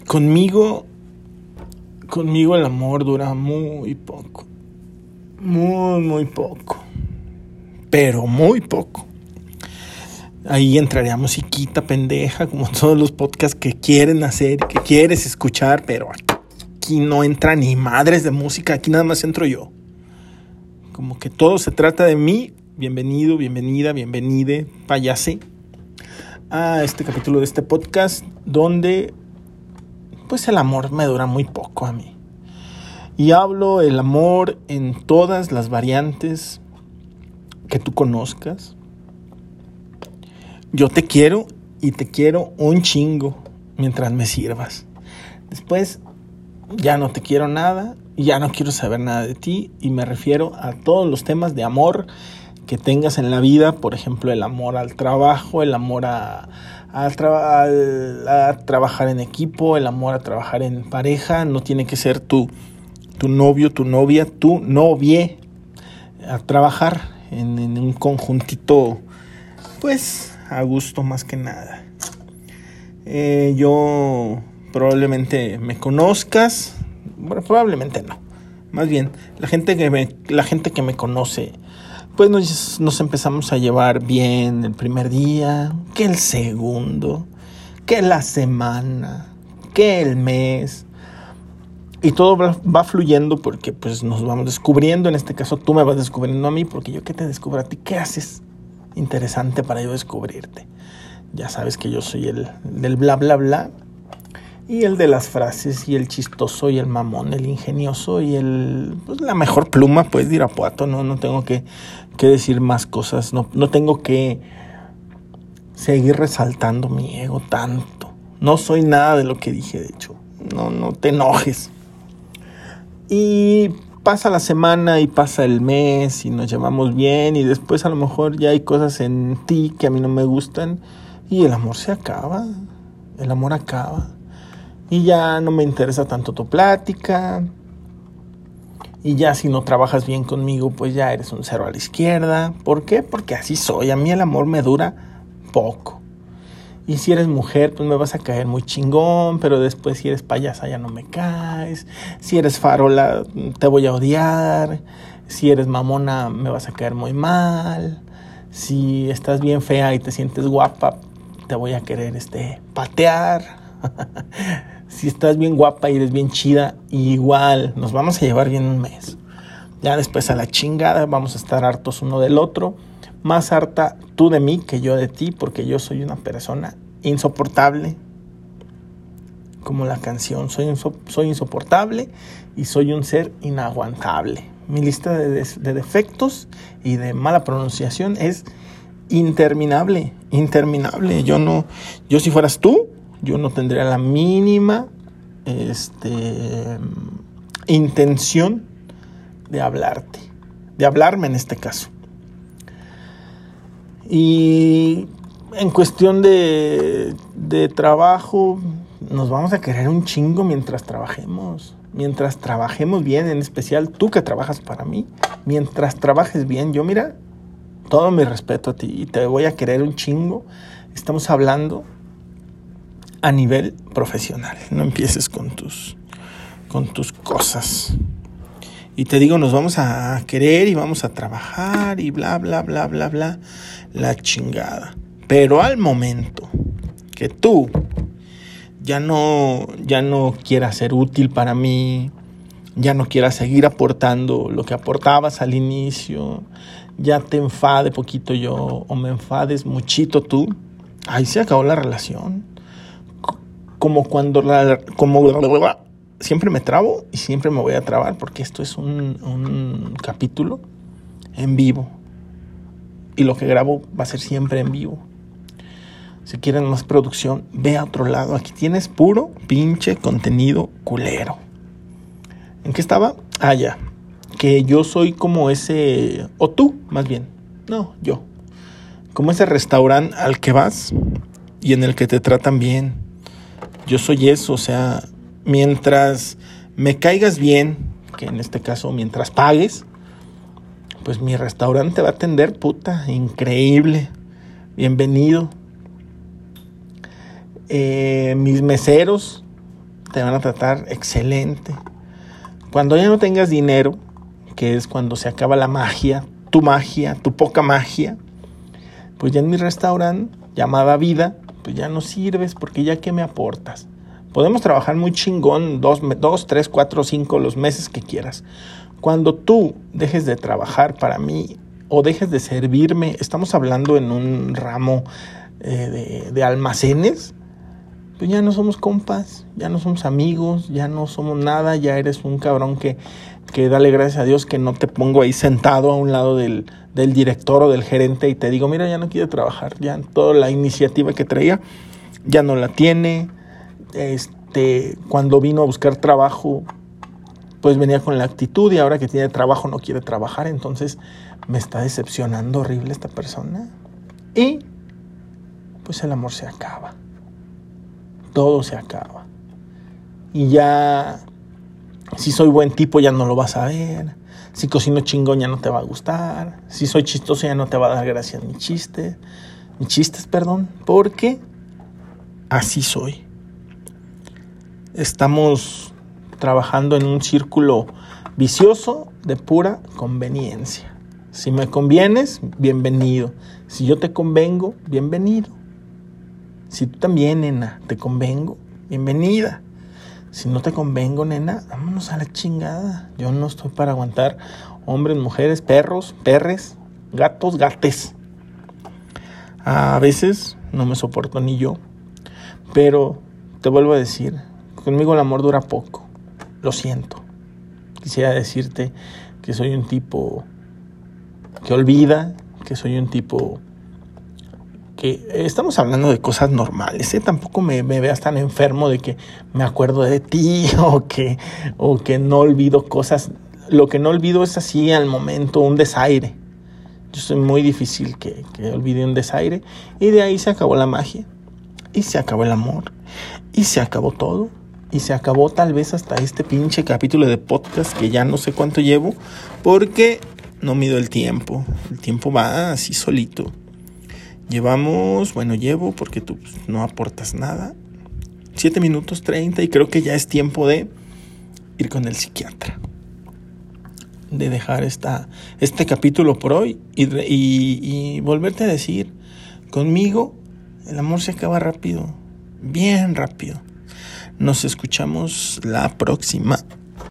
Conmigo el amor dura muy poco. Muy poco. Pero muy poco. Ahí entraría musiquita pendeja, como todos los podcasts que quieren hacer, que quieres escuchar, pero aquí no entra ni madres de música, aquí nada más entro yo. Como que todo se trata de mí. Bienvenido, bienvenida, bienvenide, payase, a este capítulo de este podcast donde pues el amor me dura muy poco a mí. Y hablo el amor en todas las variantes que tú conozcas. Yo te quiero y te quiero un chingo mientras me sirvas. Después ya no te quiero nada, ya no quiero saber nada de ti, y me refiero a todos los temas de amor que tengas en la vida. Por ejemplo, el amor al trabajo, el amor a trabajar en equipo, el amor a trabajar en pareja. No tiene que ser tu novio, tu novia, tu novie, a trabajar en un conjuntito, pues a gusto más que nada. Yo probablemente me conozcas, bueno, probablemente no, más bien la gente que me conoce, pues nos empezamos a llevar bien el primer día, que el segundo, que la semana, que el mes. Y todo va fluyendo porque pues nos vamos descubriendo. En este caso tú me vas descubriendo a mí, porque yo que te descubro a ti. ¿Qué haces interesante para yo descubrirte? Ya sabes que yo soy el del bla bla bla, y el de las frases, y el chistoso, y el mamón, el ingenioso, y pues la mejor pluma, pues, de Irapuato. No tengo que decir más cosas. No tengo que seguir resaltando mi ego tanto. No soy nada de lo que dije, de hecho. No te enojes. Y pasa la semana y pasa el mes y nos llevamos bien, y después a lo mejor ya hay cosas en ti que a mí no me gustan, y el amor se acaba. El amor acaba. Y ya no me interesa tanto tu plática. Y ya si no trabajas bien conmigo, pues ya eres un cero a la izquierda. ¿Por qué? Porque así soy. A mí el amor me dura poco. Y si eres mujer, pues me vas a caer muy chingón, pero después si eres payasa ya no me caes. Si eres farola, te voy a odiar. Si eres mamona, me vas a caer muy mal. Si estás bien fea y te sientes guapa, te voy a querer patear. Si estás bien guapa y eres bien chida, igual nos vamos a llevar bien un mes. Ya después a la chingada vamos a estar hartos uno del otro. Más harta tú de mí que yo de ti, porque yo soy una persona insoportable. Como la canción, soy insoportable y soy un ser inaguantable. Mi lista de defectos y de mala pronunciación es interminable. Yo si fueras tú, yo no tendría la mínima intención de hablarte, de hablarme en este caso. Y en cuestión de trabajo, nos vamos a querer un chingo mientras trabajemos bien, en especial tú que trabajas para mí. Mientras trabajes bien, yo mira, todo mi respeto a ti y te voy a querer un chingo. Estamos hablando a nivel profesional. No empieces con tus cosas. Y te digo, nos vamos a querer y vamos a trabajar y bla, bla, bla, bla, bla, la chingada. Pero al momento que tú ya no quieras ser útil para mí, ya no quieras seguir aportando lo que aportabas al inicio, ya te enfade poquito yo o me enfades muchito tú, ahí se acabó la relación. Como siempre me trabo y siempre me voy a trabar, porque esto es un capítulo en vivo y lo que grabo va a ser siempre en vivo. Si quieren más producción, ve a otro lado. Aquí tienes puro pinche contenido culero. ¿En qué estaba? Ya. Que yo soy como ese, o tú más bien, no, yo, como ese restaurante al que vas y en el que te tratan bien. Yo soy eso, o sea, mientras me caigas bien, que en este caso mientras pagues, pues mi restaurante te va a atender, puta, increíble, bienvenido. Mis meseros te van a tratar excelente. Cuando ya no tengas dinero, que es cuando se acaba la magia, tu poca magia, pues ya en mi restaurante, llamada vida, pues ya no sirves, porque ya ¿qué me aportas? Podemos trabajar muy chingón 2, 3, 4, 5, los meses que quieras. Cuando tú dejes de trabajar para mí o dejes de servirme, estamos hablando en un ramo de almacenes, pues ya no somos compas, ya no somos amigos, ya no somos nada, ya eres un cabrón que dale gracias a Dios que no te pongo ahí sentado a un lado del director o del gerente y te digo, mira, ya no quiero trabajar, ya toda la iniciativa que traía ya no la tiene. Cuando vino a buscar trabajo, pues venía con la actitud y ahora que tiene trabajo no quiere trabajar, entonces me está decepcionando horrible esta persona. Y pues el amor se acaba. Todo se acaba. Y ya, si soy buen tipo ya no lo vas a ver. Si cocino chingón ya no te va a gustar. Si soy chistoso ya no te va a dar gracias mis chistes, porque así soy. Estamos trabajando en un círculo vicioso de pura conveniencia. Si me convienes, bienvenido. Si yo te convengo, bienvenido. Si tú también, nena, te convengo, bienvenida. Si no te convengo, nena, vámonos a la chingada. Yo no estoy para aguantar hombres, mujeres, perros, perres, gatos, gates. A veces no me soporto ni yo. Pero te vuelvo a decir, conmigo el amor dura poco. Lo siento. Quisiera decirte que soy un tipo que olvida, que soy un tipo que estamos hablando de cosas normales, Tampoco me veas tan enfermo de que me acuerdo de ti o que no olvido cosas. Lo que no olvido es así al momento, un desaire. Yo soy muy difícil que olvide un desaire y de ahí se acabó la magia y se acabó el amor y se acabó todo y se acabó tal vez hasta este pinche capítulo de podcast que ya no sé cuánto llevo porque no mido el tiempo va así solito. Llevo porque tú no aportas nada, 7 minutos 30 y creo que ya es tiempo de ir con el psiquiatra, de dejar este capítulo por hoy y volverte a decir, conmigo el amor se acaba rápido, bien rápido. Nos escuchamos la próxima.